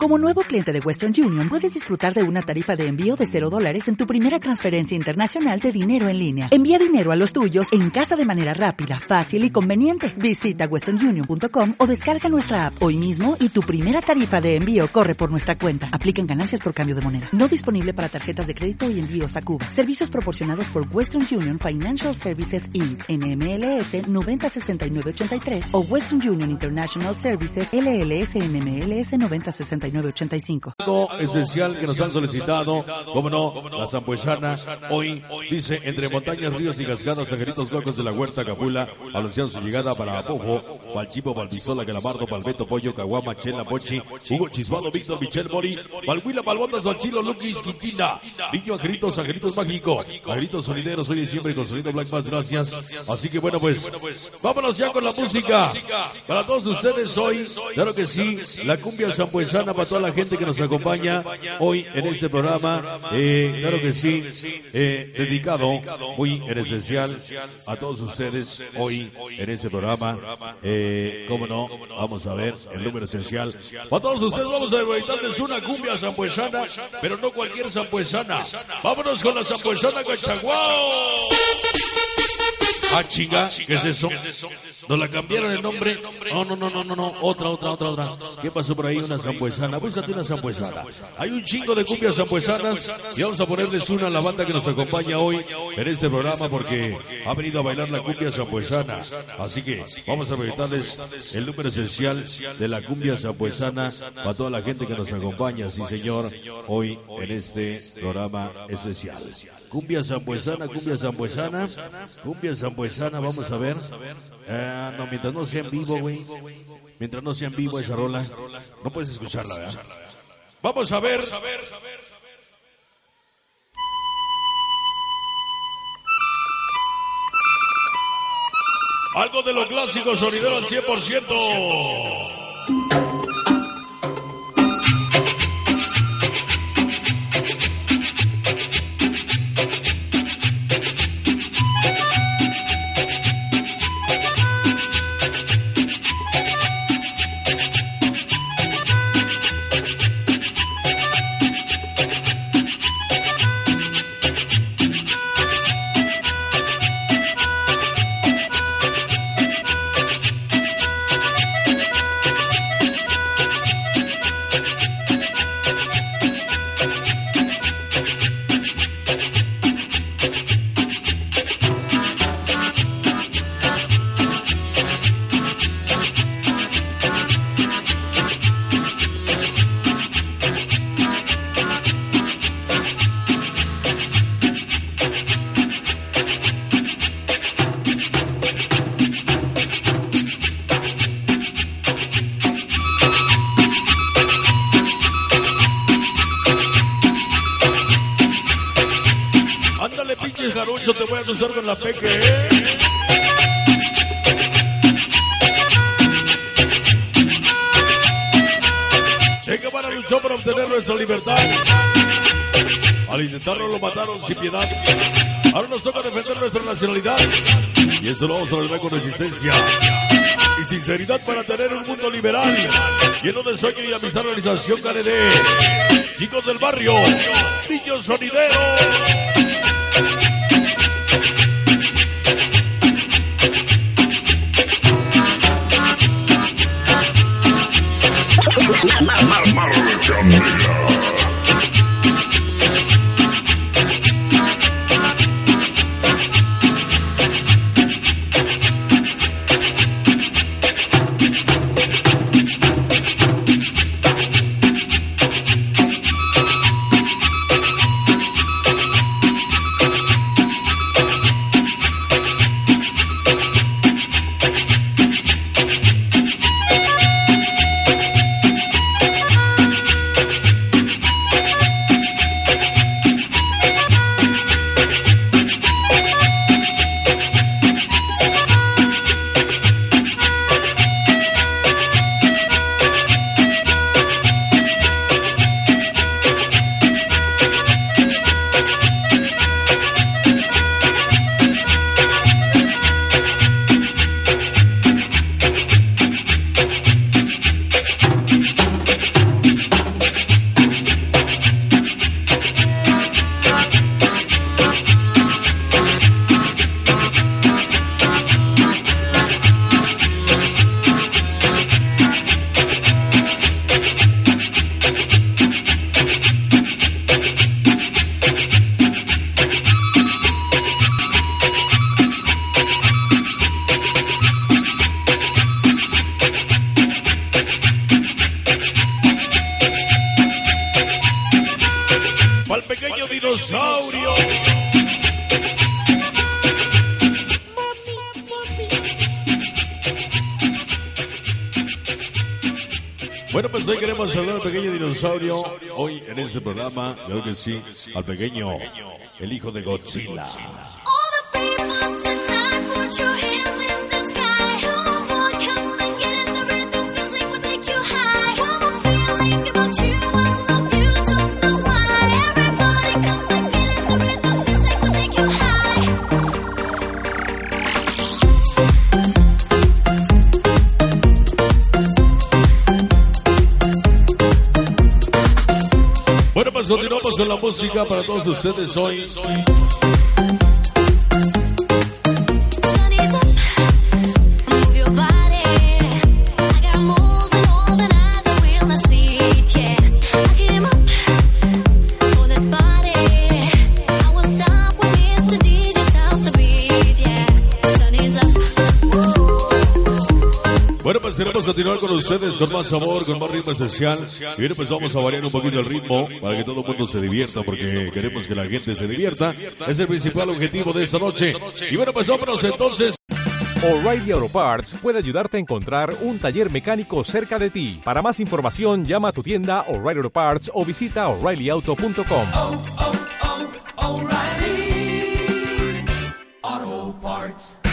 Como nuevo cliente de Western Union, puedes disfrutar de una tarifa de envío de $0 en tu primera transferencia internacional de dinero en línea. Envía dinero a los tuyos en casa de manera rápida, fácil y conveniente. Visita westernunion.com o descarga nuestra app hoy mismo y tu primera tarifa de envío corre por nuestra cuenta. Aplican ganancias por cambio de moneda. No disponible para tarjetas de crédito y envíos a Cuba. Servicios proporcionados por Western Union Financial Services Inc. NMLS 906983 o Western Union International Services LLS NMLS 906985. Esencial que nos han solicitado, como no, la zambuesana. Hoy dice: entre montañas, ríos y cascadas, angelitos locos de la huerta Capula anunciaron su llegada para Apofo, Palchipo, Palpizola, Calamardo, Palbeto, Pollo, Caguama, Chela, Pochi, Hugo Chisbado, Víctor, Michel, Mori, Palhuila, Palbotas, Valchilo, Luquis, Quintina, Niño, Angelitos, Angelitos Mágico, Angelitos Sonideros, hoy y siempre con Sonido Black, más gracias. Así que bueno, pues vámonos ya con la música para todos ustedes hoy. Claro que sí, la cumbia zambuesana para toda la gente que nos acompaña hoy en este programa. Claro que sí, dedicado muy en especial a todos ustedes hoy en este programa. Cómo no, vamos a ver el número esencial. Para todos ustedes vamos a dedicarles una cumbia zambuesana, pero no cualquier zambuesana. Vámonos con la zambuesana Cachaguao. Ah, chinga, ¿qué es eso? ¿Nos la cambiaron el nombre? No, otra. ¿Qué pasó por ahí? Una zambuesana. Búscate una zambuesana. Hay un chingo de cumbias zambuesanas y vamos a ponerles una a la banda que nos acompaña hoy en este programa porque ha venido a bailar la cumbia zambuesana. Así que vamos a presentarles el número esencial de la cumbia zambuesana para toda la gente que nos acompaña, sí señor, hoy en este programa especial. Cumbia zambuesana, vamos a ver. No, mientras no sea en vivo, güey. Mientras no sea en vivo esa rola, no puedes escucharla, ¿verdad? Vamos a ver. Algo de lo clásico sonidero al 100%. Te voy a asustar con la peque, Che Guevara luchó para obtener nuestra libertad. Al intentarlo lo mataron sin piedad. Ahora nos toca defender nuestra nacionalidad. Y eso lo vamos a lograr con resistencia y sinceridad para tener un mundo liberal, lleno de sueño y amistad, realización KND. Chicos del barrio, niños sonideros. Marcha negra. dinosaurio. Bueno, pues hoy queremos saludar al pequeño dinosaurio. Hoy en este programa, claro que sí, al pequeño, el hijo de Godzilla. Bueno, pues continuamos con la música para todos ustedes hoy. Bueno, pues queremos continuar con ustedes con más sabor, con más ritmo esencial. Y bien, pues vamos a variar un poquito el ritmo para que todo el mundo se divierta, porque queremos que la gente se divierta. Es el principal objetivo de esta noche. Y bueno, pues vámonos entonces. O'Reilly Auto Parts puede ayudarte a encontrar un taller mecánico cerca de ti. Para más información, llama a tu tienda O'Reilly Auto Parts o visita O'ReillyAuto.com. O'Reilly Auto Parts.